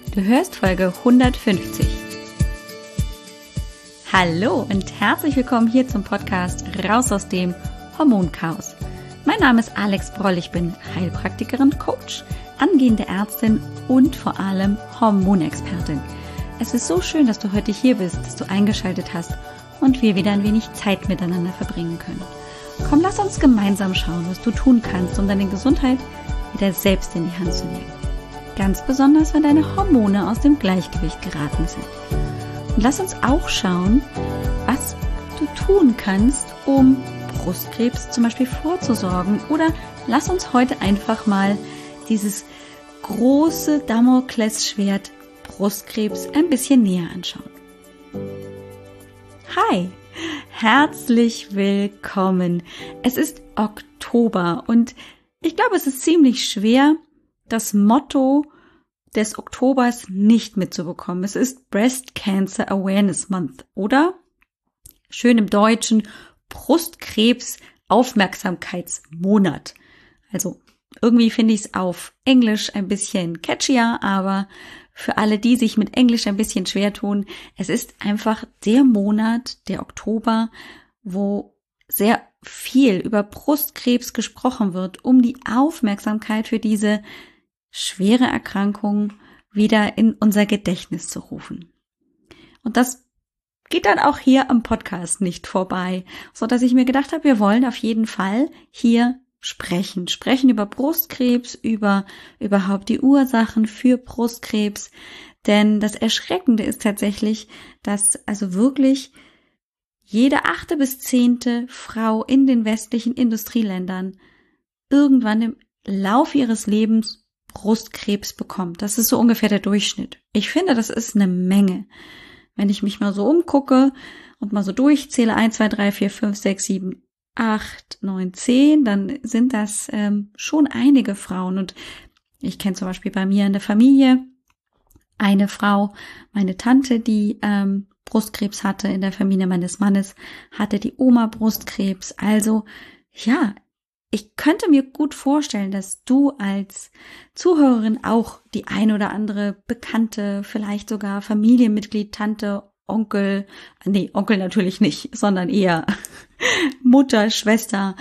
Du hörst Folge 150. Hallo und herzlich willkommen hier zum Podcast Raus aus dem Hormonchaos. Mein Name ist Alex Broll, ich bin Heilpraktikerin, Coach, angehende Ärztin und vor allem Hormonexpertin. Es ist so schön, dass du heute hier bist, dass du eingeschaltet hast und wir wieder ein wenig Zeit miteinander verbringen können. Komm, lass uns gemeinsam schauen, was du tun kannst, um deine Gesundheit wieder selbst in die Hand zu nehmen. Ganz besonders, wenn deine Hormone aus dem Gleichgewicht geraten sind. Und lass uns auch schauen, was du tun kannst, um Brustkrebs zum Beispiel vorzusorgen. Oder lass uns heute einfach mal dieses große Damoklesschwert Brustkrebs ein bisschen näher anschauen. Hi, herzlich willkommen. Es ist Oktober und ich glaube, es ist ziemlich schwer, das Motto des Oktobers nicht mitzubekommen. Es ist Breast Cancer Awareness Month oder schön im Deutschen Brustkrebs Aufmerksamkeitsmonat. Also irgendwie finde ich es auf Englisch ein bisschen catchier, aber für alle, die sich mit Englisch ein bisschen schwer tun, es ist einfach der Monat, der Oktober, wo sehr viel über Brustkrebs gesprochen wird, um die Aufmerksamkeit für diese schwere Erkrankung wieder in unser Gedächtnis zu rufen. Und das geht dann auch hier am Podcast nicht vorbei, so dass ich mir gedacht habe, wir wollen auf jeden Fall hier sprechen über Brustkrebs, über überhaupt die Ursachen für Brustkrebs, denn das Erschreckende ist tatsächlich, dass also wirklich jede 8. bis 10. Frau in den westlichen Industrieländern irgendwann im Laufe ihres Lebens Brustkrebs bekommt. Das ist so ungefähr der Durchschnitt. Ich finde, das ist eine Menge. Wenn ich mich mal so umgucke und mal so durchzähle, 1, 2, 3, 4, 5, 6, 7, 8, 9, 10, dann sind das schon einige Frauen. Und ich kenne zum Beispiel bei mir in der Familie eine Frau, meine Tante, die Brustkrebs hatte, in der Familie meines Mannes hatte die Oma Brustkrebs. Also ja, ich könnte mir gut vorstellen, dass du als Zuhörerin auch die ein oder andere Bekannte, vielleicht sogar Familienmitglied, Tante, Onkel, Onkel natürlich nicht, sondern eher Mutter, Schwester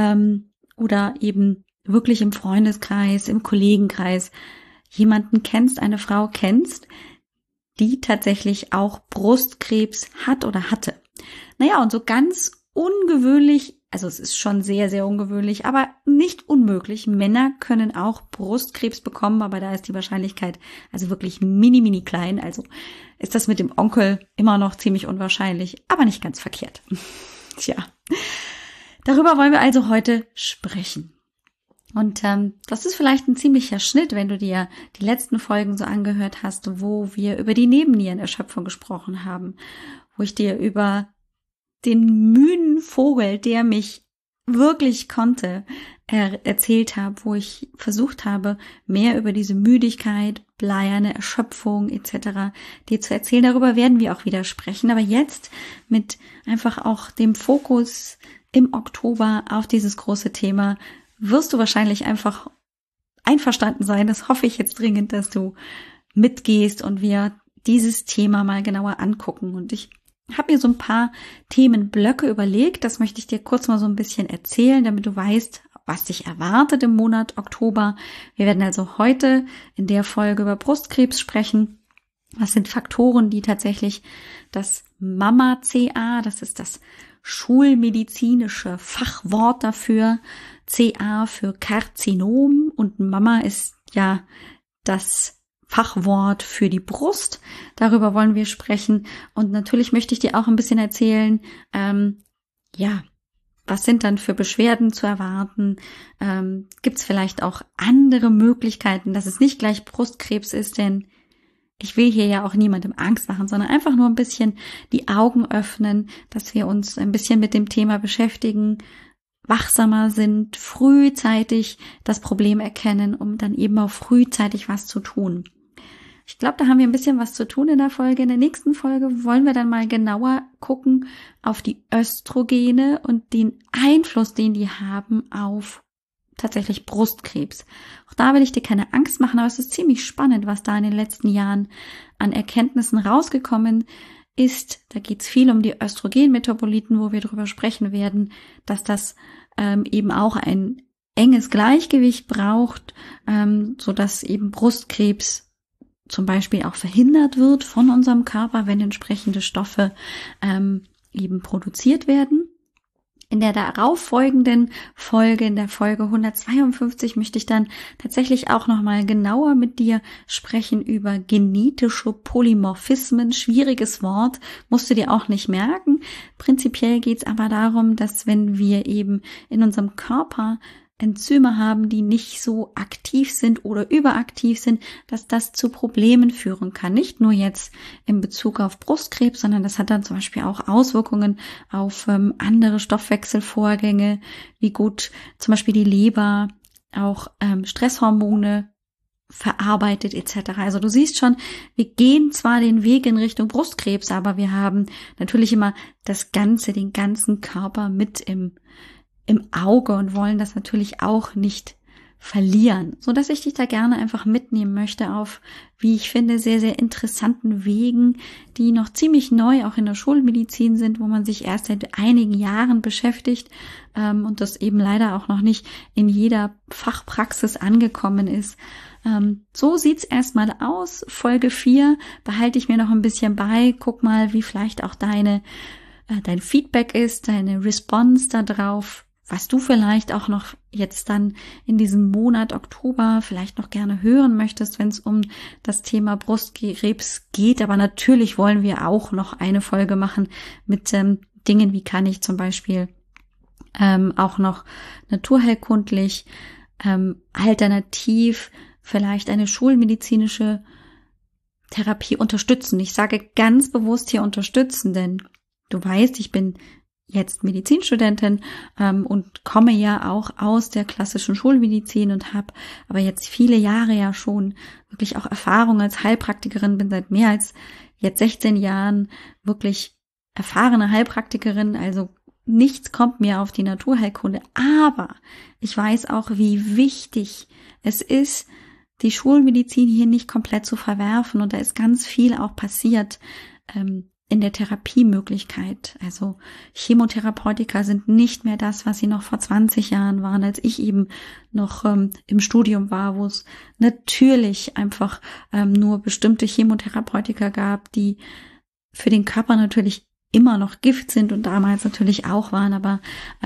oder eben wirklich im Freundeskreis, im Kollegenkreis jemanden kennst, eine Frau kennst, die tatsächlich auch Brustkrebs hat oder hatte. Naja, und so ganz ungewöhnlich, also es ist schon sehr, sehr ungewöhnlich, aber nicht unmöglich. Männer können auch Brustkrebs bekommen, aber da ist die Wahrscheinlichkeit also wirklich mini, mini klein. Also ist das mit dem Onkel immer noch ziemlich unwahrscheinlich, aber nicht ganz verkehrt. Tja, darüber wollen wir also heute sprechen. Und das ist vielleicht ein ziemlicher Schnitt, wenn du dir die letzten Folgen so angehört hast, wo wir über die Nebennierenerschöpfung gesprochen haben, wo ich dir über den müden Vogel, der mich wirklich konnte, erzählt habe, wo ich versucht habe, mehr über diese Müdigkeit, bleierne Erschöpfung etc. dir zu erzählen. Darüber werden wir auch wieder sprechen. Aber jetzt mit einfach auch dem Fokus im Oktober auf dieses große Thema wirst du wahrscheinlich einfach einverstanden sein. Das hoffe ich jetzt dringend, dass du mitgehst und wir dieses Thema mal genauer angucken. Und ich habe mir so ein paar Themenblöcke überlegt. Das möchte ich dir kurz mal so ein bisschen erzählen, damit du weißt, was dich erwartet im Monat Oktober. Wir werden also heute in der Folge über Brustkrebs sprechen. Was sind Faktoren, die tatsächlich das Mama-CA, das ist das schulmedizinische Fachwort dafür, CA für Karzinom und Mama ist ja das Fachwort für die Brust. Darüber wollen wir sprechen. Und natürlich möchte ich dir auch ein bisschen erzählen, was sind dann für Beschwerden zu erwarten? Gibt es vielleicht auch andere Möglichkeiten, dass es nicht gleich Brustkrebs ist, denn ich will hier ja auch niemandem Angst machen, sondern einfach nur ein bisschen die Augen öffnen, dass wir uns ein bisschen mit dem Thema beschäftigen, wachsamer sind, frühzeitig das Problem erkennen, um dann eben auch frühzeitig was zu tun. Ich glaube, da haben wir ein bisschen was zu tun in der Folge. In der nächsten Folge wollen wir dann mal genauer gucken auf die Östrogene und den Einfluss, den die haben auf tatsächlich Brustkrebs. Auch da will ich dir keine Angst machen, aber es ist ziemlich spannend, was da in den letzten Jahren an Erkenntnissen rausgekommen ist. Da geht es viel um die Östrogenmetaboliten, wo wir darüber sprechen werden, dass das eben auch ein enges Gleichgewicht braucht, sodass eben Brustkrebs zum Beispiel auch verhindert wird von unserem Körper, wenn entsprechende Stoffe eben produziert werden. In der darauffolgenden Folge, in der Folge 152, möchte ich dann tatsächlich auch nochmal genauer mit dir sprechen über genetische Polymorphismen. Schwieriges Wort, musst du dir auch nicht merken. Prinzipiell geht es aber darum, dass wenn wir eben in unserem Körper Enzyme haben, die nicht so aktiv sind oder überaktiv sind, dass das zu Problemen führen kann. Nicht nur jetzt in Bezug auf Brustkrebs, sondern das hat dann zum Beispiel auch Auswirkungen auf andere Stoffwechselvorgänge, wie gut zum Beispiel die Leber auch Stresshormone verarbeitet etc. Also du siehst schon, wir gehen zwar den Weg in Richtung Brustkrebs, aber wir haben natürlich immer den ganzen Körper mit im Auge und wollen das natürlich auch nicht verlieren, so dass ich dich da gerne einfach mitnehmen möchte auf, wie ich finde, sehr, sehr interessanten Wegen, die noch ziemlich neu auch in der Schulmedizin sind, wo man sich erst seit einigen Jahren beschäftigt und das eben leider auch noch nicht in jeder Fachpraxis angekommen ist. So sieht's erstmal aus. Folge 4 behalte ich mir noch ein bisschen bei. Guck mal, wie vielleicht auch dein Feedback ist, deine Response da drauf, was du vielleicht auch noch jetzt dann in diesem Monat Oktober vielleicht noch gerne hören möchtest, wenn es um das Thema Brustkrebs geht. Aber natürlich wollen wir auch noch eine Folge machen mit Dingen, wie kann ich zum Beispiel auch noch naturheilkundlich alternativ vielleicht eine schulmedizinische Therapie unterstützen. Ich sage ganz bewusst hier unterstützen, denn du weißt, ich bin jetzt Medizinstudentin und komme ja auch aus der klassischen Schulmedizin und habe aber jetzt viele Jahre ja schon wirklich auch Erfahrung als Heilpraktikerin, bin seit mehr als jetzt 16 Jahren wirklich erfahrene Heilpraktikerin, also nichts kommt mir auf die Naturheilkunde, aber ich weiß auch, wie wichtig es ist, die Schulmedizin hier nicht komplett zu verwerfen und da ist ganz viel auch passiert, in der Therapiemöglichkeit. Also Chemotherapeutika sind nicht mehr das, was sie noch vor 20 Jahren waren, als ich eben noch im Studium war, wo es natürlich einfach nur bestimmte Chemotherapeutika gab, die für den Körper natürlich immer noch Gift sind und damals natürlich auch waren, aber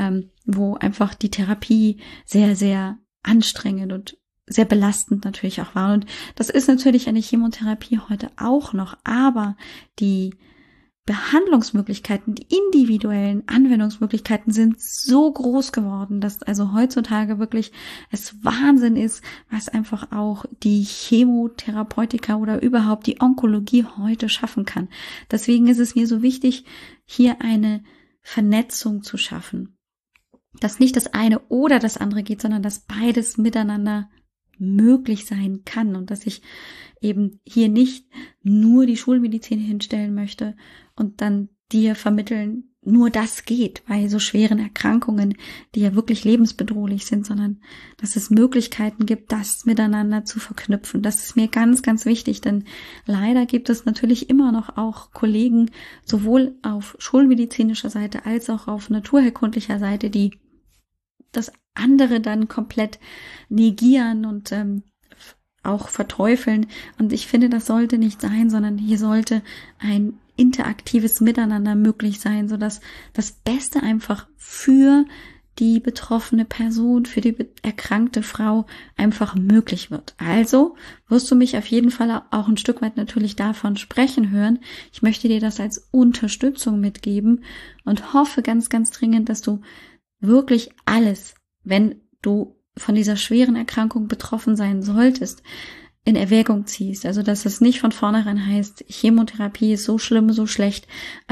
wo einfach die Therapie sehr, sehr anstrengend und sehr belastend natürlich auch war. Und das ist natürlich eine Chemotherapie heute auch noch, aber die Behandlungsmöglichkeiten, die individuellen Anwendungsmöglichkeiten sind so groß geworden, dass also heutzutage wirklich es Wahnsinn ist, was einfach auch die Chemotherapeutika oder überhaupt die Onkologie heute schaffen kann. Deswegen ist es mir so wichtig, hier eine Vernetzung zu schaffen. Dass nicht das eine oder das andere geht, sondern dass beides miteinander möglich sein kann und dass ich eben hier nicht nur die Schulmedizin hinstellen möchte und dann dir vermitteln, nur das geht bei so schweren Erkrankungen, die ja wirklich lebensbedrohlich sind, sondern dass es Möglichkeiten gibt, das miteinander zu verknüpfen. Das ist mir ganz, ganz wichtig, denn leider gibt es natürlich immer noch auch Kollegen, sowohl auf schulmedizinischer Seite als auch auf naturheilkundlicher Seite, die das andere dann komplett negieren und auch verteufeln. Und ich finde, das sollte nicht sein, sondern hier sollte ein interaktives Miteinander möglich sein, sodass das Beste einfach für die betroffene Person, für die erkrankte Frau einfach möglich wird. Also wirst du mich auf jeden Fall auch ein Stück weit natürlich davon sprechen hören. Ich möchte dir das als Unterstützung mitgeben und hoffe ganz, ganz dringend, dass du wirklich alles, wenn du von dieser schweren Erkrankung betroffen sein solltest, in Erwägung ziehst. Also, dass es nicht von vornherein heißt, Chemotherapie ist so schlimm, so schlecht,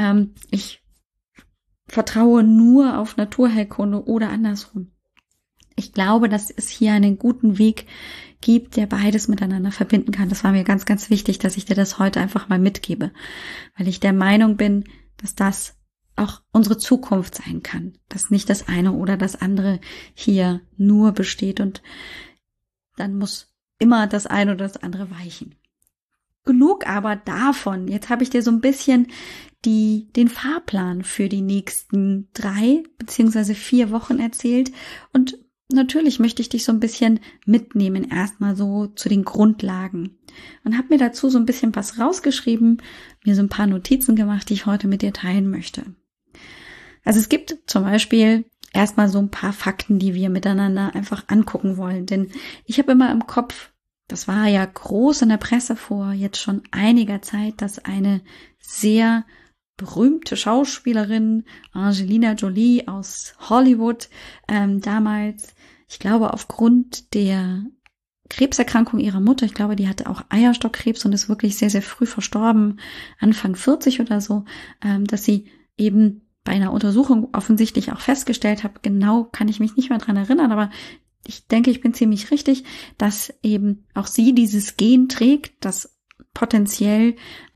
ich vertraue nur auf Naturheilkunde oder andersrum. Ich glaube, dass es hier einen guten Weg gibt, der beides miteinander verbinden kann. Das war mir ganz, ganz wichtig, dass ich dir das heute einfach mal mitgebe, weil ich der Meinung bin, dass das auch unsere Zukunft sein kann, dass nicht das eine oder das andere hier nur besteht und dann muss immer das eine oder das andere weichen. Genug aber davon. Jetzt habe ich dir so ein bisschen den Fahrplan für die nächsten 3 beziehungsweise 4 Wochen erzählt und natürlich möchte ich dich so ein bisschen mitnehmen, erstmal so zu den Grundlagen und habe mir dazu so ein bisschen was rausgeschrieben, mir so ein paar Notizen gemacht, die ich heute mit dir teilen möchte. Also es gibt zum Beispiel erstmal so ein paar Fakten, die wir miteinander einfach angucken wollen, denn ich habe immer im Kopf, das war ja groß in der Presse vor jetzt schon einiger Zeit, dass eine sehr berühmte Schauspielerin, Angelina Jolie aus Hollywood, damals, ich glaube aufgrund der Krebserkrankung ihrer Mutter, ich glaube, die hatte auch Eierstockkrebs und ist wirklich sehr, sehr früh verstorben, Anfang 40 oder so, dass sie eben bei einer Untersuchung offensichtlich auch festgestellt habe, genau kann ich mich nicht mehr dran erinnern, aber ich denke, ich bin ziemlich richtig, dass eben auch sie dieses Gen trägt, dass potenziell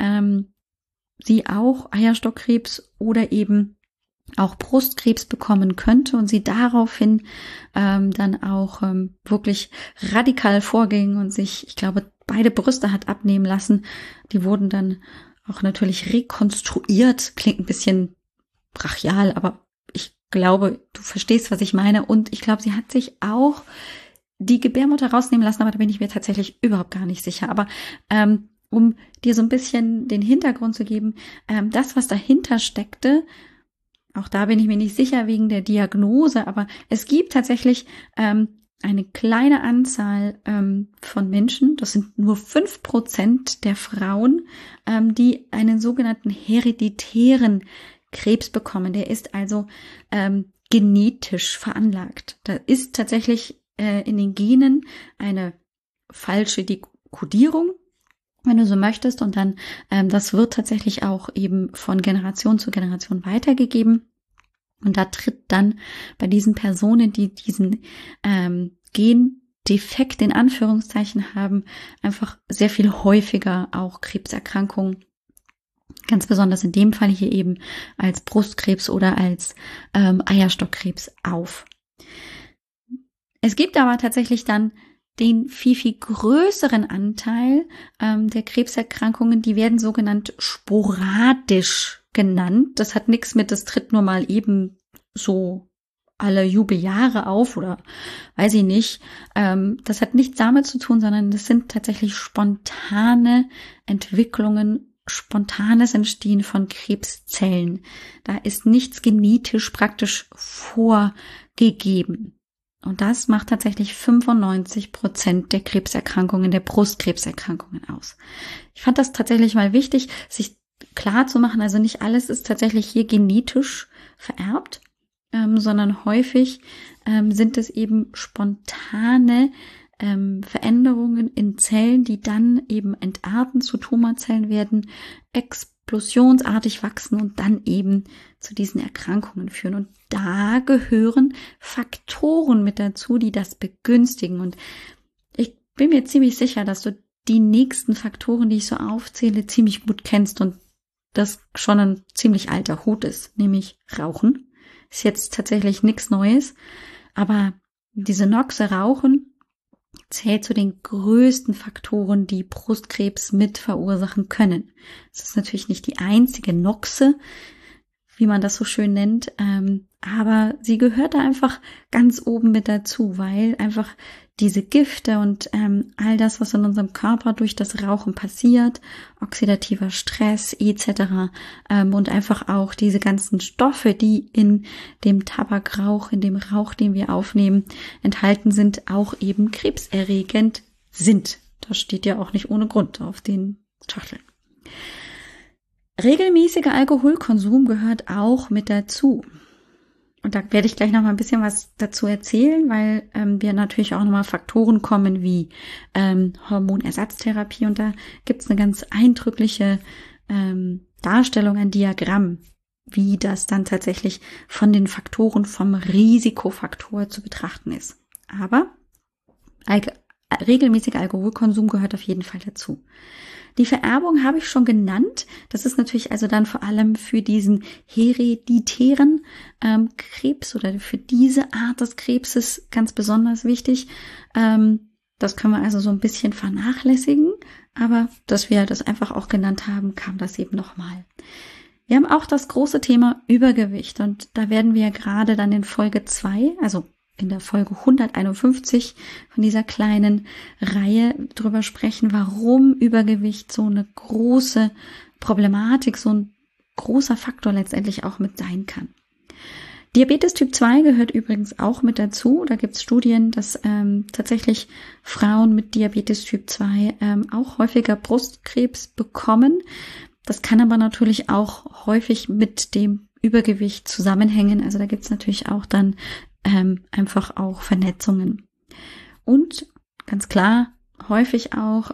sie auch Eierstockkrebs oder eben auch Brustkrebs bekommen könnte und sie daraufhin dann auch wirklich radikal vorging und sich, ich glaube, beide Brüste hat abnehmen lassen. Die wurden dann auch natürlich rekonstruiert. Klingt ein bisschen brachial, aber ich glaube, du verstehst, was ich meine. Und ich glaube, sie hat sich auch die Gebärmutter rausnehmen lassen, aber da bin ich mir tatsächlich überhaupt gar nicht sicher. Aber um dir so ein bisschen den Hintergrund zu geben, das, was dahinter steckte, auch da bin ich mir nicht sicher wegen der Diagnose, aber es gibt tatsächlich eine kleine Anzahl von Menschen, das sind nur 5% der Frauen, die einen sogenannten hereditären Krebs bekommen. Der ist also genetisch veranlagt. Da ist tatsächlich in den Genen eine falsche Kodierung, wenn du so möchtest, und dann das wird tatsächlich auch eben von Generation zu Generation weitergegeben. Und da tritt dann bei diesen Personen, die diesen Gendefekt in Anführungszeichen haben, einfach sehr viel häufiger auch Krebserkrankungen, ganz besonders in dem Fall hier eben als Brustkrebs oder als Eierstockkrebs auf. Es gibt aber tatsächlich dann den viel, viel größeren Anteil der Krebserkrankungen, die werden sogenannt sporadisch genannt. Das hat nichts mit, das tritt nur mal eben so alle Jubeljahre auf oder weiß ich nicht. Das hat nichts damit zu tun, sondern das sind tatsächlich spontane Entwicklungen, spontanes Entstehen von Krebszellen. Da ist nichts genetisch praktisch vorgegeben. Und das macht tatsächlich 95% der Krebserkrankungen, der Brustkrebserkrankungen aus. Ich fand das tatsächlich mal wichtig, sich klar zu machen, also nicht alles ist tatsächlich hier genetisch vererbt, sondern häufig sind es eben spontane Veränderungen in Zellen, die dann eben entarten zu Tumorzellen werden, explosionsartig wachsen und dann eben zu diesen Erkrankungen führen. Und da gehören Faktoren mit dazu, die das begünstigen. Und ich bin mir ziemlich sicher, dass du die nächsten Faktoren, die ich so aufzähle, ziemlich gut kennst und das schon ein ziemlich alter Hut ist, nämlich Rauchen. Ist jetzt tatsächlich nichts Neues, aber diese Noxe Rauchen zählt zu den größten Faktoren, die Brustkrebs mit verursachen können. Es ist natürlich nicht die einzige Noxe, wie man das so schön nennt, aber sie gehört da einfach ganz oben mit dazu, weil einfach diese Gifte und all das, was in unserem Körper durch das Rauchen passiert, oxidativer Stress etc. Und einfach auch diese ganzen Stoffe, die in dem Tabakrauch, in dem Rauch, den wir aufnehmen, enthalten sind, auch eben krebserregend sind. Das steht ja auch nicht ohne Grund auf den Schachteln. Regelmäßiger Alkoholkonsum gehört auch mit dazu. Und da werde ich gleich noch mal ein bisschen was dazu erzählen, weil wir natürlich auch noch mal Faktoren kommen wie Hormonersatztherapie. Und da gibt es eine ganz eindrückliche Darstellung, ein Diagramm, wie das dann tatsächlich von den Faktoren vom Risikofaktor zu betrachten ist. Aber regelmäßiger Alkoholkonsum gehört auf jeden Fall dazu. Die Vererbung habe ich schon genannt. Das ist natürlich also dann vor allem für diesen hereditären Krebs oder für diese Art des Krebses ganz besonders wichtig. Das können wir also so ein bisschen vernachlässigen, aber dass wir das einfach auch genannt haben, kam das eben nochmal. Wir haben auch das große Thema Übergewicht und da werden wir gerade dann in Folge 2, also in der Folge 151 von dieser kleinen Reihe drüber sprechen, warum Übergewicht so eine große Problematik, so ein großer Faktor letztendlich auch mit sein kann. Diabetes Typ 2 gehört übrigens auch mit dazu. Da gibt es Studien, dass tatsächlich Frauen mit Diabetes Typ 2 auch häufiger Brustkrebs bekommen. Das kann aber natürlich auch häufig mit dem Übergewicht zusammenhängen. Also da gibt es natürlich auch dann einfach auch Vernetzungen. Und ganz klar, häufig auch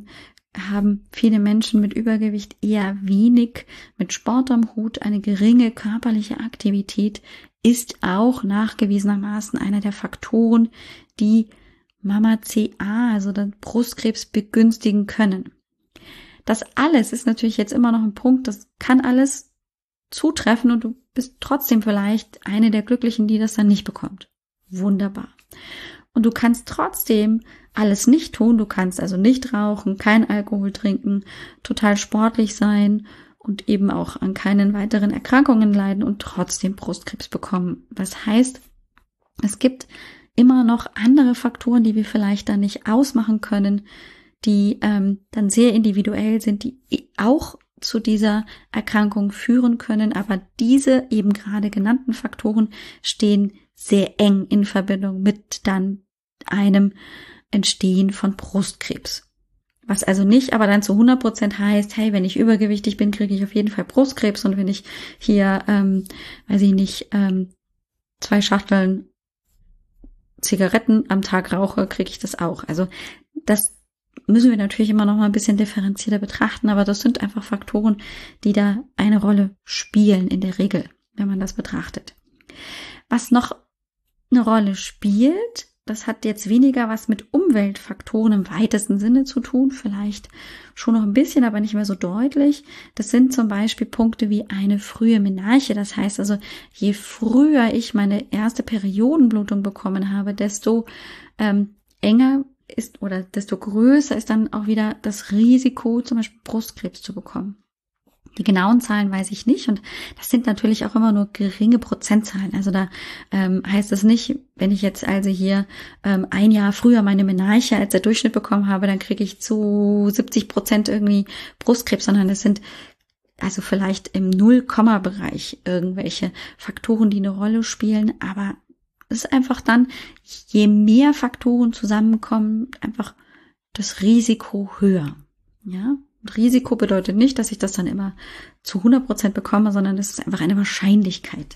haben viele Menschen mit Übergewicht eher wenig mit Sport am Hut. Eine geringe körperliche Aktivität ist auch nachgewiesenermaßen einer der Faktoren, die Mama-CA, also den Brustkrebs, begünstigen können. Das alles ist natürlich jetzt immer noch ein Punkt, das kann alles zutreffen und du bist trotzdem vielleicht eine der Glücklichen, die das dann nicht bekommt. Wunderbar. Und du kannst trotzdem alles nicht tun. Du kannst also nicht rauchen, kein Alkohol trinken, total sportlich sein und eben auch an keinen weiteren Erkrankungen leiden und trotzdem Brustkrebs bekommen. Was heißt, es gibt immer noch andere Faktoren, die wir vielleicht dann nicht ausmachen können, die dann sehr individuell sind, die auch zu dieser Erkrankung führen können. Aber diese eben gerade genannten Faktoren stehen sehr eng in Verbindung mit dann einem Entstehen von Brustkrebs. Was also nicht aber dann zu 100% heißt, hey, wenn ich übergewichtig bin, kriege ich auf jeden Fall Brustkrebs und wenn ich hier, 2 Schachteln Zigaretten am Tag rauche, kriege ich das auch. Also das müssen wir natürlich immer noch mal ein bisschen differenzierter betrachten, aber das sind einfach Faktoren, die da eine Rolle spielen in der Regel, wenn man das betrachtet. Was noch eine Rolle spielt, das hat jetzt weniger was mit Umweltfaktoren im weitesten Sinne zu tun, vielleicht schon noch ein bisschen, aber nicht mehr so deutlich. Das sind zum Beispiel Punkte wie eine frühe Menarche. Das heißt also, je früher ich meine erste Periodenblutung bekommen habe, desto enger ist oder desto größer ist dann auch wieder das Risiko, zum Beispiel Brustkrebs zu bekommen. Die genauen Zahlen weiß ich nicht und das sind natürlich auch immer nur geringe Prozentzahlen. Also da heißt es nicht, wenn ich jetzt also hier ein Jahr früher meine Menarche als der Durchschnitt bekommen habe, dann kriege ich zu 70% irgendwie Brustkrebs, sondern das sind also vielleicht im Null-Komma-Bereich irgendwelche Faktoren, die eine Rolle spielen, aber es ist einfach dann, je mehr Faktoren zusammenkommen, einfach das Risiko höher. Ja, und Risiko bedeutet nicht, dass ich das dann immer zu 100% bekomme, sondern das ist einfach eine Wahrscheinlichkeit.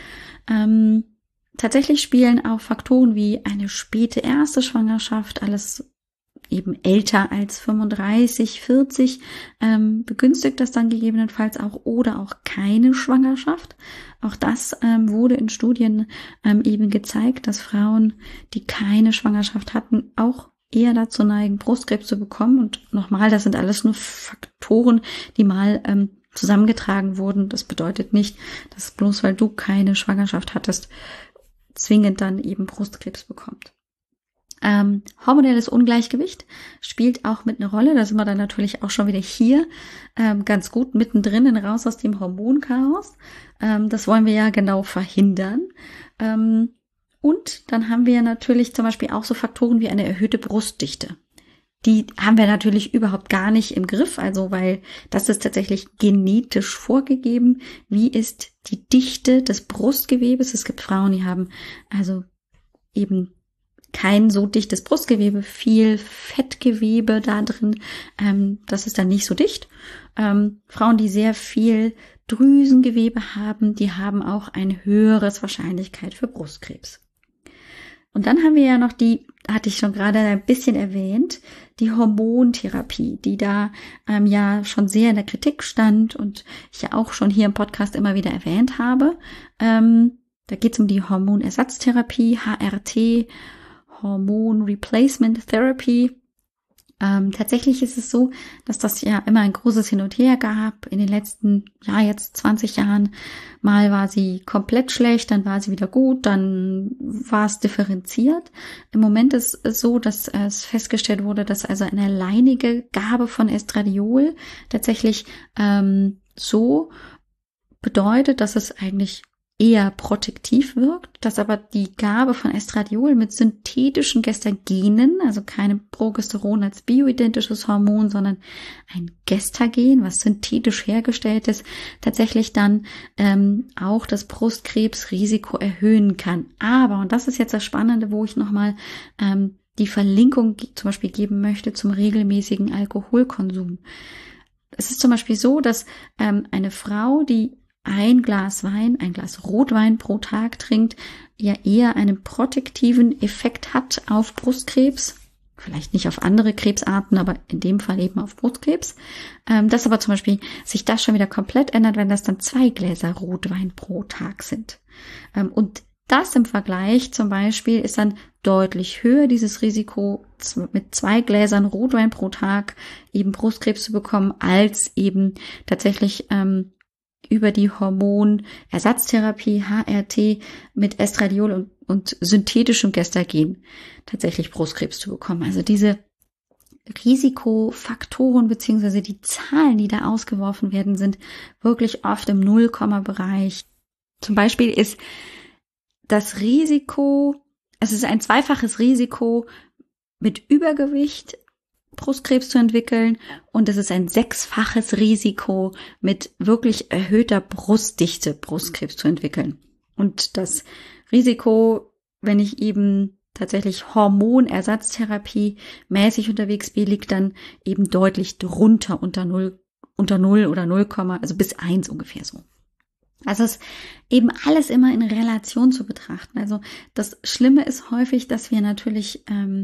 Tatsächlich spielen auch Faktoren wie eine späte erste Schwangerschaft, alles eben älter als 35, 40, begünstigt das dann gegebenenfalls auch oder auch keine Schwangerschaft. Auch das wurde in Studien eben gezeigt, dass Frauen, die keine Schwangerschaft hatten, auch eher dazu neigen, Brustkrebs zu bekommen. Und nochmal, das sind alles nur Faktoren, die mal zusammengetragen wurden. Das bedeutet nicht, dass bloß weil du keine Schwangerschaft hattest, zwingend dann eben Brustkrebs bekommt. Hormonelles Ungleichgewicht spielt auch mit einer Rolle. Da sind wir dann natürlich auch schon wieder hier ganz gut mittendrin raus aus dem Hormonchaos. Das wollen wir ja genau verhindern. Und dann haben wir natürlich zum Beispiel auch so Faktoren wie eine erhöhte Brustdichte. Die haben wir natürlich überhaupt gar nicht im Griff, also weil das ist tatsächlich genetisch vorgegeben. Wie ist die Dichte des Brustgewebes? Es gibt Frauen, die haben also eben kein so dichtes Brustgewebe, viel Fettgewebe da drin, das ist dann nicht so dicht. Frauen, die sehr viel Drüsengewebe haben, die haben auch eine höhere Wahrscheinlichkeit für Brustkrebs. Und dann haben wir ja noch die, hatte ich schon gerade ein bisschen erwähnt, die Hormontherapie, die da ja schon sehr in der Kritik stand und ich ja auch schon hier im Podcast immer wieder erwähnt habe. Da geht es um die Hormonersatztherapie, HRT, Hormone Replacement Therapy. Tatsächlich ist es so, dass das ja immer ein großes Hin und Her gab. In den letzten, jetzt 20 Jahren. Mal war sie komplett schlecht, dann war sie wieder gut, dann war es differenziert. Im Moment ist es so, dass es festgestellt wurde, dass also eine alleinige Gabe von Estradiol tatsächlich so bedeutet, dass es eigentlich eher protektiv wirkt, dass aber die Gabe von Estradiol mit synthetischen Gestagenen, also keinem Progesteron als bioidentisches Hormon, sondern ein Gestagen, was synthetisch hergestellt ist, tatsächlich dann auch das Brustkrebsrisiko erhöhen kann. Aber, und das ist jetzt das Spannende, wo ich nochmal die Verlinkung zum Beispiel geben möchte zum regelmäßigen Alkoholkonsum. Es ist zum Beispiel so, dass eine Frau, die ein Glas Rotwein pro Tag trinkt, ja eher einen protektiven Effekt hat auf Brustkrebs. Vielleicht nicht auf andere Krebsarten, aber in dem Fall eben auf Brustkrebs. Dass aber zum Beispiel sich das schon wieder komplett ändert, wenn das dann 2 Gläser Rotwein pro Tag sind. Und das im Vergleich zum Beispiel ist dann deutlich höher, dieses Risiko mit 2 Gläsern Rotwein pro Tag eben Brustkrebs zu bekommen, als eben tatsächlich über die Hormonersatztherapie HRT mit Estradiol und synthetischem Gestagen tatsächlich Brustkrebs zu bekommen. Also diese Risikofaktoren beziehungsweise die Zahlen, die da ausgeworfen werden, sind wirklich oft im Nullkomma-Bereich. Zum Beispiel ist das Risiko, es ist ein zweifaches Risiko mit Übergewicht Brustkrebs zu entwickeln und es ist ein 6-faches Risiko mit wirklich erhöhter Brustdichte Brustkrebs zu entwickeln. Und das Risiko, wenn ich eben tatsächlich Hormonersatztherapie mäßig unterwegs bin, liegt dann eben deutlich drunter unter 0 oder 0, also bis 1 ungefähr so. Also es ist eben alles immer in Relation zu betrachten. Also das Schlimme ist häufig, dass wir natürlich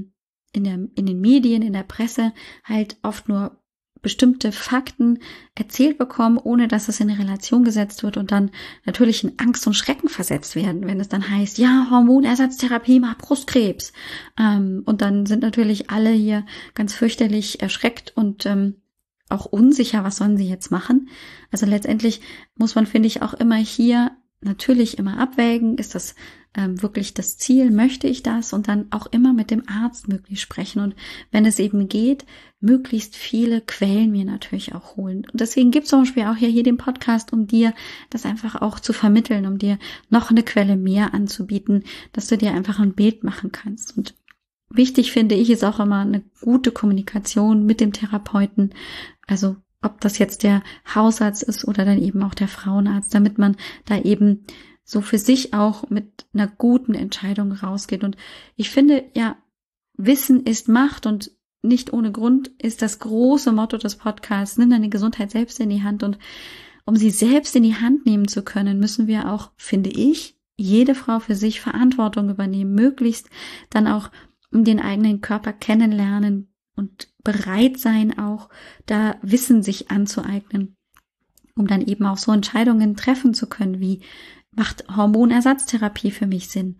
in den Medien, in der Presse halt oft nur bestimmte Fakten erzählt bekommen, ohne dass es in eine Relation gesetzt wird und dann natürlich in Angst und Schrecken versetzt werden, wenn es dann heißt, ja, Hormonersatztherapie macht Brustkrebs. Und dann sind natürlich alle hier ganz fürchterlich erschreckt und auch unsicher, was sollen sie jetzt machen. Also letztendlich muss man, finde ich, auch immer hier natürlich immer abwägen, ist das wirklich das Ziel, möchte ich das, und dann auch immer mit dem Arzt möglichst sprechen und wenn es eben geht, möglichst viele Quellen mir natürlich auch holen. Und deswegen gibt es zum Beispiel auch hier den Podcast, um dir das einfach auch zu vermitteln, um dir noch eine Quelle mehr anzubieten, dass du dir einfach ein Bild machen kannst. Und wichtig finde ich ist auch immer eine gute Kommunikation mit dem Therapeuten, also ob das jetzt der Hausarzt ist oder dann eben auch der Frauenarzt, damit man da eben so für sich auch mit einer guten Entscheidung rausgeht. Und ich finde, ja, Wissen ist Macht und nicht ohne Grund ist das große Motto des Podcasts, nimm deine Gesundheit selbst in die Hand. Und um sie selbst in die Hand nehmen zu können, müssen wir auch, finde ich, jede Frau für sich Verantwortung übernehmen, möglichst dann auch den eigenen Körper kennenlernen und bereit sein, auch da Wissen sich anzueignen, um dann eben auch so Entscheidungen treffen zu können, wie macht Hormonersatztherapie für mich Sinn?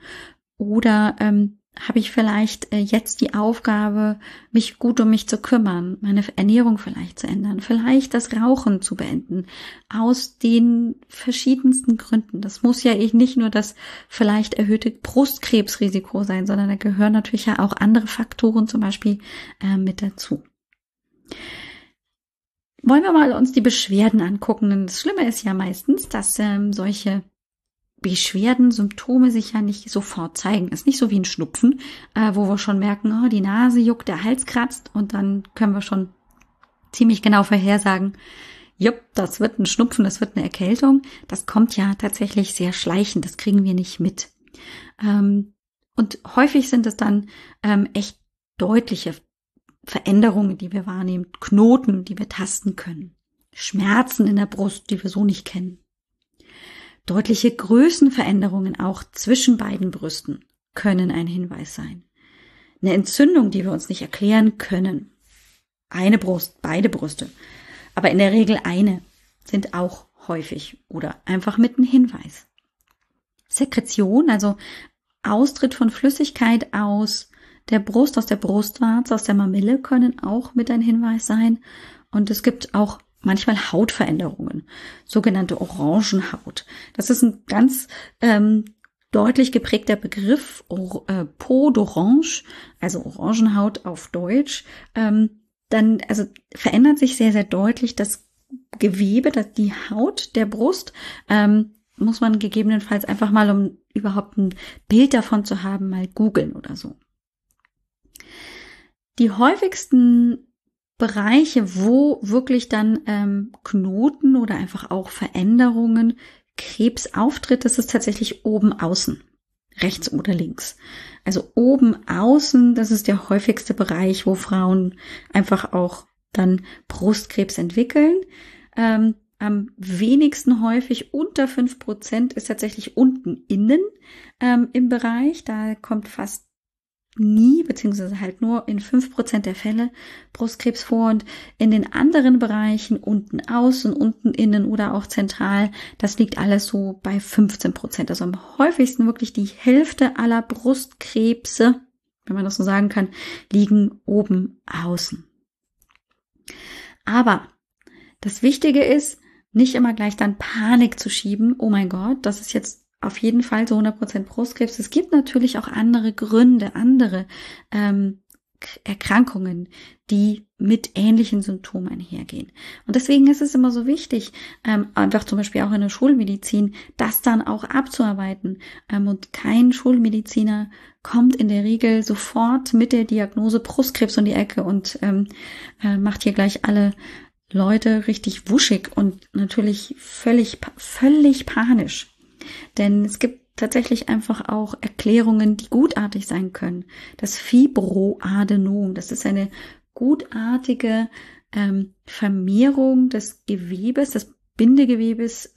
Oder habe ich vielleicht jetzt die Aufgabe, mich gut um mich zu kümmern, meine Ernährung vielleicht zu ändern, vielleicht das Rauchen zu beenden, aus den verschiedensten Gründen. Das muss ja nicht nur das vielleicht erhöhte Brustkrebsrisiko sein, sondern da gehören natürlich ja auch andere Faktoren zum Beispiel mit dazu. Wollen wir mal uns die Beschwerden angucken? Denn das Schlimme ist ja meistens, dass solche Beschwerden, Symptome sich ja nicht sofort zeigen. Ist nicht so wie ein Schnupfen, wo wir schon merken, oh, die Nase juckt, der Hals kratzt und dann können wir schon ziemlich genau vorhersagen, jupp, das wird ein Schnupfen, das wird eine Erkältung. Das kommt ja tatsächlich sehr schleichend, das kriegen wir nicht mit. Und häufig sind es dann echt deutliche Veränderungen, die wir wahrnehmen, Knoten, die wir tasten können, Schmerzen in der Brust, die wir so nicht kennen. Deutliche Größenveränderungen auch zwischen beiden Brüsten können ein Hinweis sein. Eine Entzündung, die wir uns nicht erklären können. Eine Brust, beide Brüste, aber in der Regel eine, sind auch häufig oder einfach mit einem Hinweis. Sekretion, also Austritt von Flüssigkeit aus der Brust, aus der Brustwarze, aus der Mamille können auch mit ein Hinweis sein. Und es gibt auch manchmal Hautveränderungen, sogenannte Orangenhaut. Das ist ein ganz deutlich geprägter Begriff, Peau d'Orange, also Orangenhaut auf Deutsch. Dann verändert sich sehr, sehr deutlich das Gewebe, die Haut der Brust. Muss man gegebenenfalls einfach mal, um überhaupt ein Bild davon zu haben, mal googeln oder so. Die häufigsten Bereiche, wo wirklich dann Knoten oder einfach auch Veränderungen, Krebs auftritt, das ist tatsächlich oben außen, rechts oder links. Also oben außen, das ist der häufigste Bereich, wo Frauen einfach auch dann Brustkrebs entwickeln. Am wenigsten häufig, unter 5%, ist tatsächlich unten innen im Bereich. Da kommt fast nie, beziehungsweise halt nur in 5% der Fälle Brustkrebs vor, und in den anderen Bereichen unten außen, unten innen oder auch zentral, das liegt alles so bei 15%. Also am häufigsten, wirklich die Hälfte aller Brustkrebse, wenn man das so sagen kann, liegen oben außen. Aber das Wichtige ist, nicht immer gleich dann Panik zu schieben. Oh mein Gott, das ist jetzt auf jeden Fall so 100% Brustkrebs. Es gibt natürlich auch andere Gründe, andere Erkrankungen, die mit ähnlichen Symptomen einhergehen. Und deswegen ist es immer so wichtig, einfach zum Beispiel auch in der Schulmedizin, das dann auch abzuarbeiten. Und kein Schulmediziner kommt in der Regel sofort mit der Diagnose Brustkrebs um die Ecke und macht hier gleich alle Leute richtig wuschig und natürlich völlig panisch. Denn es gibt tatsächlich einfach auch Erklärungen, die gutartig sein können. Das Fibroadenom, das ist eine gutartige Vermehrung des Gewebes, des Bindegewebes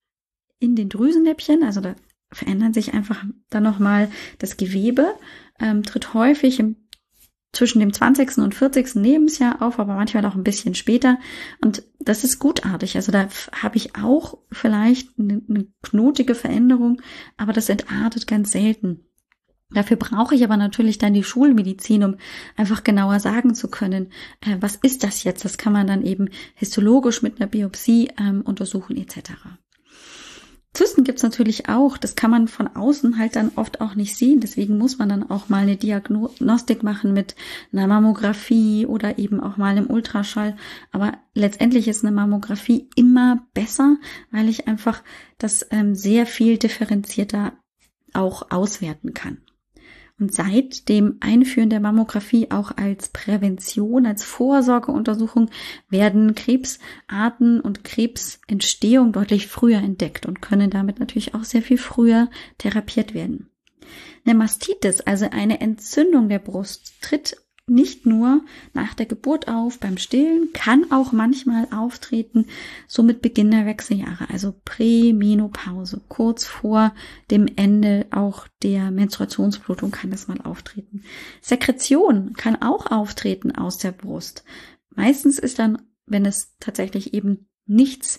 in den Drüsenläppchen. Also da verändert sich einfach dann nochmal das Gewebe, tritt häufig zwischen dem 20. und 40. Lebensjahr auf, aber manchmal auch ein bisschen später. Und das ist gutartig. Also da habe ich auch vielleicht eine knotige Veränderung, aber das entartet ganz selten. Dafür brauche ich aber natürlich dann die Schulmedizin, um einfach genauer sagen zu können, was ist das jetzt? Das kann man dann eben histologisch mit einer Biopsie untersuchen etc. Zysten gibt's natürlich auch, das kann man von außen halt dann oft auch nicht sehen, deswegen muss man dann auch mal eine Diagnostik machen mit einer Mammographie oder eben auch mal einem Ultraschall, aber letztendlich ist eine Mammographie immer besser, weil ich einfach das sehr viel differenzierter auch auswerten kann. Und seit dem Einführen der Mammographie auch als Prävention, als Vorsorgeuntersuchung werden Krebsarten und Krebsentstehung deutlich früher entdeckt und können damit natürlich auch sehr viel früher therapiert werden. Eine Mastitis, also eine Entzündung der Brust, tritt nicht nur nach der Geburt auf, beim Stillen, kann auch manchmal auftreten, so mit Beginn der Wechseljahre, also Prämenopause, kurz vor dem Ende auch der Menstruationsblutung kann das mal auftreten. Sekretion kann auch auftreten aus der Brust. Meistens ist dann, wenn es tatsächlich eben nichts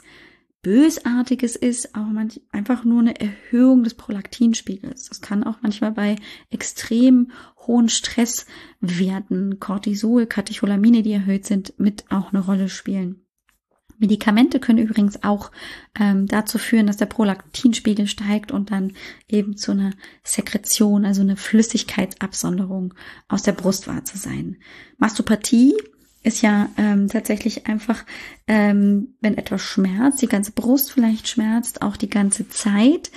Bösartiges ist, auch einfach nur eine Erhöhung des Prolaktinspiegels. Das kann auch manchmal bei extrem hohen Stresswerten, Cortisol, Katecholamine, die erhöht sind, mit auch eine Rolle spielen. Medikamente können übrigens auch dazu führen, dass der Prolaktinspiegel steigt und dann eben zu einer Sekretion, also eine Flüssigkeitsabsonderung aus der Brustwarze sein. Mastopathie ist ja tatsächlich einfach, wenn etwas schmerzt, die ganze Brust vielleicht schmerzt, auch die ganze Zeit.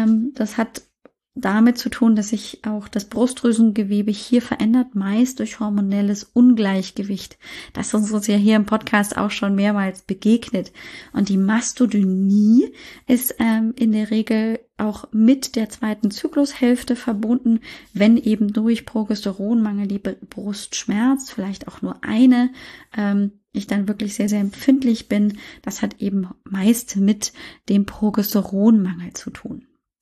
Das hat damit zu tun, dass sich auch das Brustdrüsengewebe hier verändert, meist durch hormonelles Ungleichgewicht. Das ist uns ja hier im Podcast auch schon mehrmals begegnet. Und die Mastodynie ist in der Regel auch mit der zweiten Zyklushälfte verbunden, wenn eben durch Progesteronmangel die Brust schmerzt, vielleicht auch nur eine, ich dann wirklich sehr, sehr empfindlich bin. Das hat eben meist mit dem Progesteronmangel zu tun.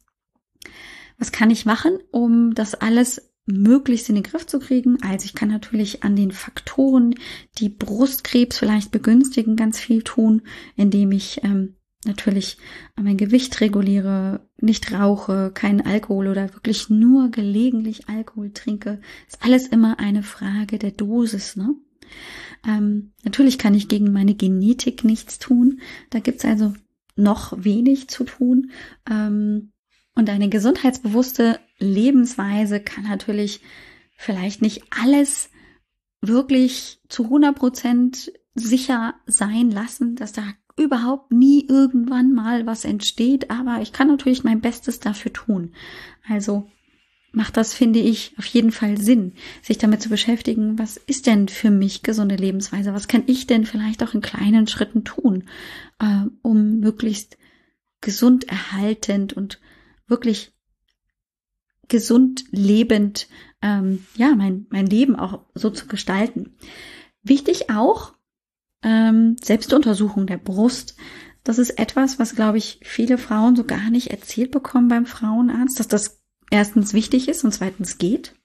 Was kann ich machen, um das alles möglichst in den Griff zu kriegen? Also ich kann natürlich an den Faktoren, die Brustkrebs vielleicht begünstigen, ganz viel tun, indem ich natürlich mein Gewicht reguliere, nicht rauche, keinen Alkohol oder wirklich nur gelegentlich Alkohol trinke, ist alles immer eine Frage der Dosis, ne? Natürlich kann ich gegen meine Genetik nichts tun. Da gibt's also noch wenig zu tun. Und eine gesundheitsbewusste Lebensweise kann natürlich vielleicht nicht alles wirklich zu 100% sicher sein lassen, dass da überhaupt nie irgendwann mal was entsteht. Aber ich kann natürlich mein Bestes dafür tun. Also macht das, finde ich, auf jeden Fall Sinn, sich damit zu beschäftigen, was ist denn für mich gesunde Lebensweise? Was kann ich denn vielleicht auch in kleinen Schritten tun, um möglichst gesund erhaltend und wirklich gesund lebend, mein Leben auch so zu gestalten. Wichtig auch, Selbstuntersuchung der Brust. Das ist etwas, was, glaube ich, viele Frauen so gar nicht erzählt bekommen beim Frauenarzt, dass das erstens wichtig ist und zweitens geht.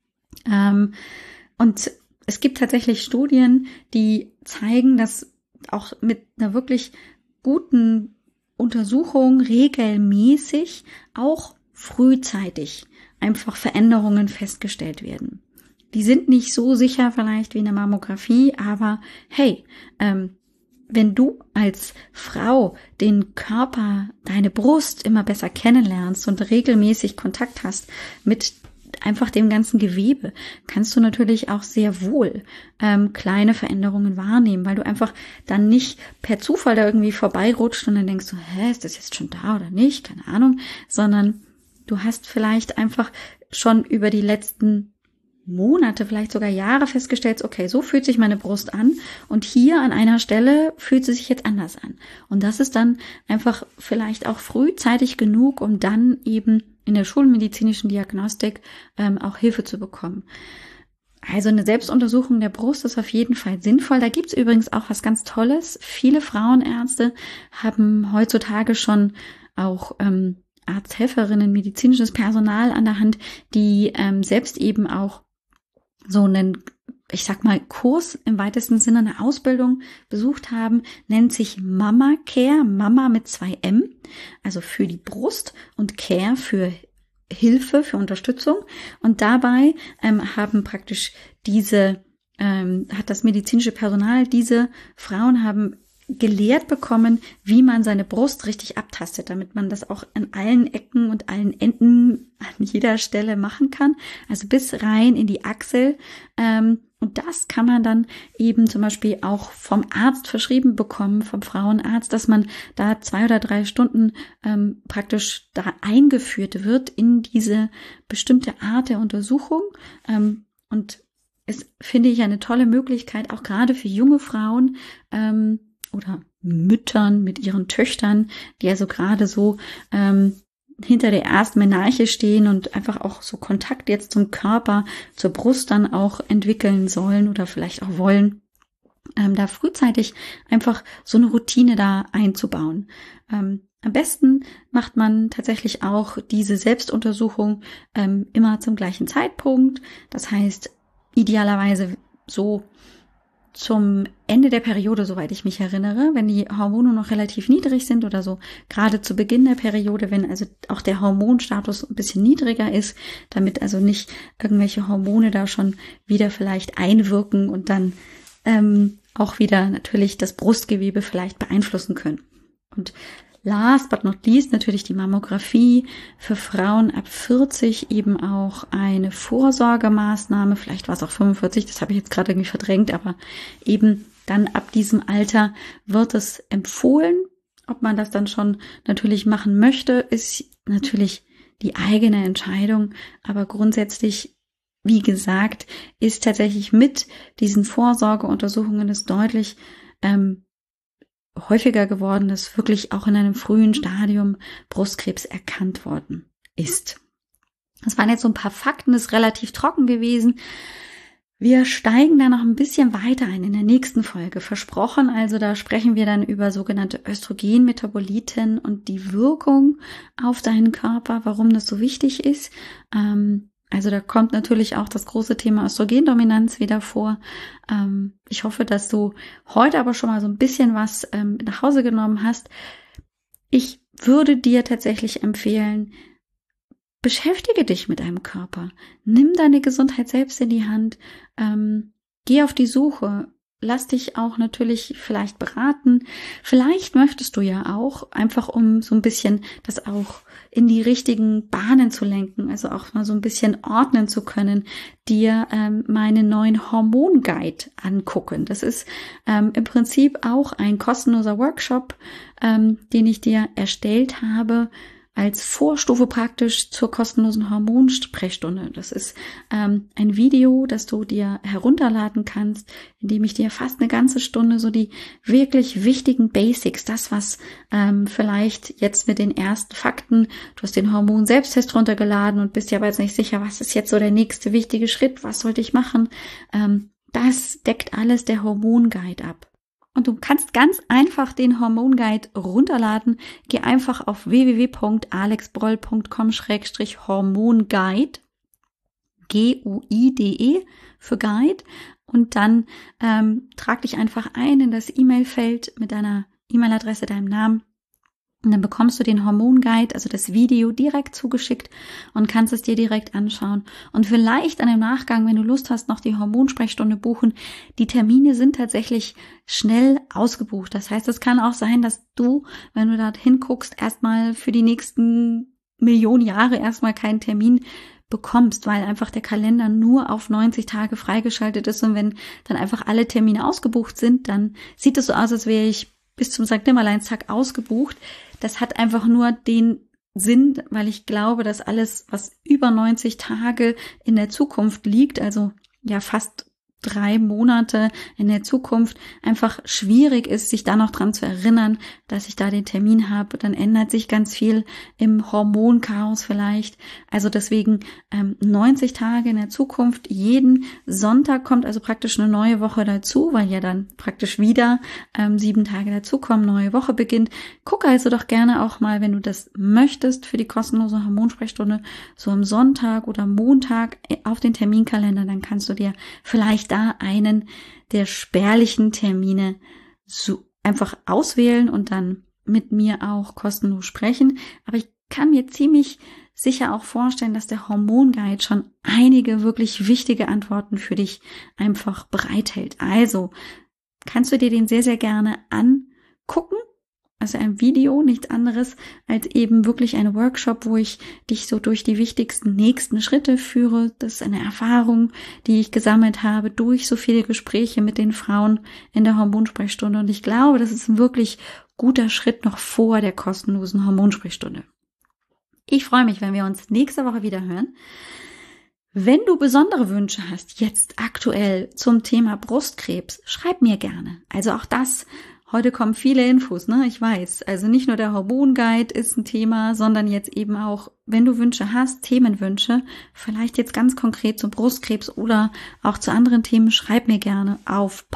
Und es gibt tatsächlich Studien, die zeigen, dass auch mit einer wirklich guten Untersuchung regelmäßig auch frühzeitig einfach Veränderungen festgestellt werden. Die sind nicht so sicher vielleicht wie eine Mammographie, aber hey, wenn du als Frau den Körper, deine Brust immer besser kennenlernst und regelmäßig Kontakt hast mit einfach dem ganzen Gewebe, kannst du natürlich auch sehr wohl kleine Veränderungen wahrnehmen, weil du einfach dann nicht per Zufall da irgendwie vorbeirutscht und dann denkst du, ist das jetzt schon da oder nicht? Keine Ahnung, sondern du hast vielleicht einfach schon über die letzten Monate, vielleicht sogar Jahre festgestellt, okay, so fühlt sich meine Brust an und hier an einer Stelle fühlt sie sich jetzt anders an. Und das ist dann einfach vielleicht auch frühzeitig genug, um dann eben in der schulmedizinischen Diagnostik auch Hilfe zu bekommen. Also eine Selbstuntersuchung der Brust ist auf jeden Fall sinnvoll. Da gibt's übrigens auch was ganz Tolles. Viele Frauenärzte haben heutzutage schon auch Arzthelferinnen, medizinisches Personal an der Hand, die selbst eben auch so einen, ich sag mal, Kurs im weitesten Sinne, eine Ausbildung besucht haben, nennt sich Mama Care, Mama mit 2 M, also für die Brust und Care für Hilfe, für Unterstützung. Und dabei haben praktisch hat das medizinische Personal, diese Frauen haben gelehrt bekommen, wie man seine Brust richtig abtastet, damit man das auch an allen Ecken und allen Enden an jeder Stelle machen kann, also bis rein in die Achsel. Und das kann man dann eben zum Beispiel auch vom Arzt verschrieben bekommen, vom Frauenarzt, dass man da 2 oder 3 Stunden praktisch da eingeführt wird in diese bestimmte Art der Untersuchung. Und es finde ich eine tolle Möglichkeit, auch gerade für junge Frauen, oder Müttern mit ihren Töchtern, die also gerade so hinter der ersten Menarche stehen und einfach auch so Kontakt jetzt zum Körper, zur Brust dann auch entwickeln sollen oder vielleicht auch wollen, da frühzeitig einfach so eine Routine da einzubauen. Am besten macht man tatsächlich auch diese Selbstuntersuchung immer zum gleichen Zeitpunkt. Das heißt, idealerweise so zum Ende der Periode, soweit ich mich erinnere, wenn die Hormone noch relativ niedrig sind oder so, gerade zu Beginn der Periode, wenn also auch der Hormonstatus ein bisschen niedriger ist, damit also nicht irgendwelche Hormone da schon wieder vielleicht einwirken und dann auch wieder natürlich das Brustgewebe vielleicht beeinflussen können. Und last but not least natürlich die Mammographie, für Frauen ab 40 eben auch eine Vorsorgemaßnahme, vielleicht war es auch 45, das habe ich jetzt gerade irgendwie verdrängt, aber eben dann ab diesem Alter wird es empfohlen. Ob man das dann schon natürlich machen möchte, ist natürlich die eigene Entscheidung, aber grundsätzlich, wie gesagt, ist tatsächlich mit diesen Vorsorgeuntersuchungen es deutlich häufiger geworden, dass wirklich auch in einem frühen Stadium Brustkrebs erkannt worden ist. Das waren jetzt so ein paar Fakten, das ist relativ trocken gewesen. Wir steigen da noch ein bisschen weiter ein in der nächsten Folge, versprochen. Also da sprechen wir dann über sogenannte Östrogenmetaboliten und die Wirkung auf deinen Körper, warum das so wichtig ist. Also da kommt natürlich auch das große Thema Östrogendominanz wieder vor. Ich hoffe, dass du heute aber schon mal so ein bisschen was nach Hause genommen hast. Ich würde dir tatsächlich empfehlen, beschäftige dich mit deinem Körper. Nimm deine Gesundheit selbst in die Hand. Geh auf die Suche. Lass dich auch natürlich vielleicht beraten. Vielleicht möchtest du ja auch, einfach um so ein bisschen das auch in die richtigen Bahnen zu lenken, also auch mal so ein bisschen ordnen zu können, dir meinen neuen Hormonguide angucken. Das ist im Prinzip auch ein kostenloser Workshop, den ich dir erstellt habe, als Vorstufe praktisch zur kostenlosen Hormonsprechstunde. Das ist ein Video, das du dir herunterladen kannst, in dem ich dir fast eine ganze Stunde so die wirklich wichtigen Basics, das was vielleicht jetzt mit den ersten Fakten, du hast den Hormon-Selbsttest runtergeladen und bist dir aber jetzt nicht sicher, was ist jetzt so der nächste wichtige Schritt, was sollte ich machen, das deckt alles der Hormonguide ab. Und du kannst ganz einfach den Hormonguide runterladen. Geh einfach auf www.alexbroll.com/hormonguide, GUIDE für Guide, und dann trag dich einfach ein in das E-Mail-Feld mit deiner E-Mail-Adresse, deinem Namen. Und dann bekommst du den Hormonguide, also das Video, direkt zugeschickt und kannst es dir direkt anschauen. Und vielleicht an dem Nachgang, wenn du Lust hast, noch die Hormonsprechstunde buchen. Die Termine sind tatsächlich schnell ausgebucht. Das heißt, es kann auch sein, dass du, wenn du da hinguckst, erstmal für die nächsten Millionen Jahre erstmal keinen Termin bekommst, weil einfach der Kalender nur auf 90 Tage freigeschaltet ist. Und wenn dann einfach alle Termine ausgebucht sind, dann sieht es so aus, als wäre ich bis zum St. Nimmerleinstag ausgebucht. Das hat einfach nur den Sinn, weil ich glaube, dass alles, was über 90 Tage in der Zukunft liegt, also ja fast 3 Monate in der Zukunft, einfach schwierig ist, sich da noch dran zu erinnern, dass ich da den Termin habe. Dann ändert sich ganz viel im Hormonchaos vielleicht. Also deswegen 90 Tage in der Zukunft. Jeden Sonntag kommt also praktisch eine neue Woche dazu, weil ja dann praktisch wieder 7 Tage dazukommen, neue Woche beginnt. Guck also doch gerne auch mal, wenn du das möchtest, für die kostenlose Hormonsprechstunde so am Sonntag oder Montag auf den Terminkalender. Dann kannst du dir vielleicht da einen der spärlichen Termine so einfach auswählen und dann mit mir auch kostenlos sprechen. Aber ich kann mir ziemlich sicher auch vorstellen, dass der Hormonguide schon einige wirklich wichtige Antworten für dich einfach bereithält. Also kannst du dir den sehr, sehr gerne angucken. Also ein Video, nichts anderes als eben wirklich ein Workshop, wo ich dich so durch die wichtigsten nächsten Schritte führe. Das ist eine Erfahrung, die ich gesammelt habe durch so viele Gespräche mit den Frauen in der Hormonsprechstunde. Und ich glaube, das ist ein wirklich guter Schritt noch vor der kostenlosen Hormonsprechstunde. Ich freue mich, wenn wir uns nächste Woche wieder hören. Wenn du besondere Wünsche hast, jetzt aktuell zum Thema Brustkrebs, schreib mir gerne. Also auch das. Heute kommen viele Infos, ne? Ich weiß. Also nicht nur der Hormonguide ist ein Thema, sondern jetzt eben auch, wenn du Wünsche hast, Themenwünsche, vielleicht jetzt ganz konkret zum Brustkrebs oder auch zu anderen Themen, schreib mir gerne auf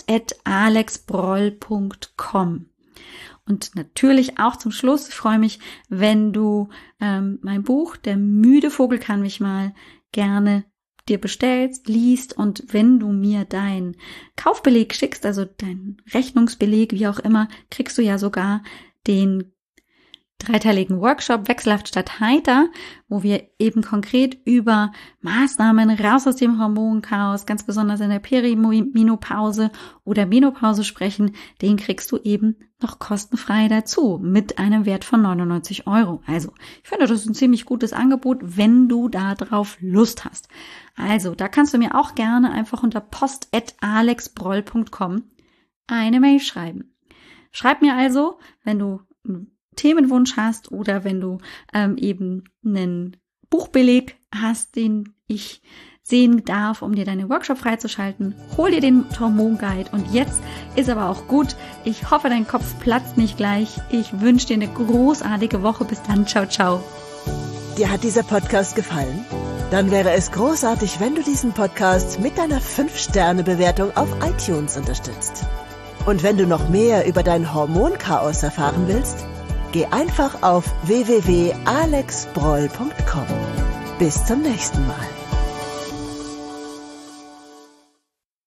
post@alexbroll.com. Und natürlich auch zum Schluss, ich freue mich, wenn du mein Buch, Der müde Vogel kann mich mal, gerne dir bestellst, liest, und wenn du mir deinen Kaufbeleg schickst, also deinen Rechnungsbeleg, wie auch immer, kriegst du ja sogar den 3-teiligen Workshop Wechselhaft statt heiter, wo wir eben konkret über Maßnahmen raus aus dem Hormonchaos, ganz besonders in der Perimenopause oder Menopause sprechen. Den kriegst du eben noch kostenfrei dazu mit einem Wert von 99 €. Also ich finde, das ist ein ziemlich gutes Angebot, wenn du da drauf Lust hast. Also da kannst du mir auch gerne einfach unter post@alexbroll.com eine Mail schreiben. Schreib mir also, wenn du Themenwunsch hast oder wenn du eben einen Buchbeleg hast, den ich sehen darf, um dir deinen Workshop freizuschalten. Hol dir den Hormonguide, und jetzt ist aber auch gut. Ich hoffe, dein Kopf platzt nicht gleich. Ich wünsche dir eine großartige Woche. Bis dann. Ciao, ciao. Dir hat dieser Podcast gefallen? Dann wäre es großartig, wenn du diesen Podcast mit deiner 5-Sterne-Bewertung auf iTunes unterstützt. Und wenn du noch mehr über dein Hormonchaos erfahren willst, geh einfach auf www.alexbroll.com. Bis zum nächsten Mal.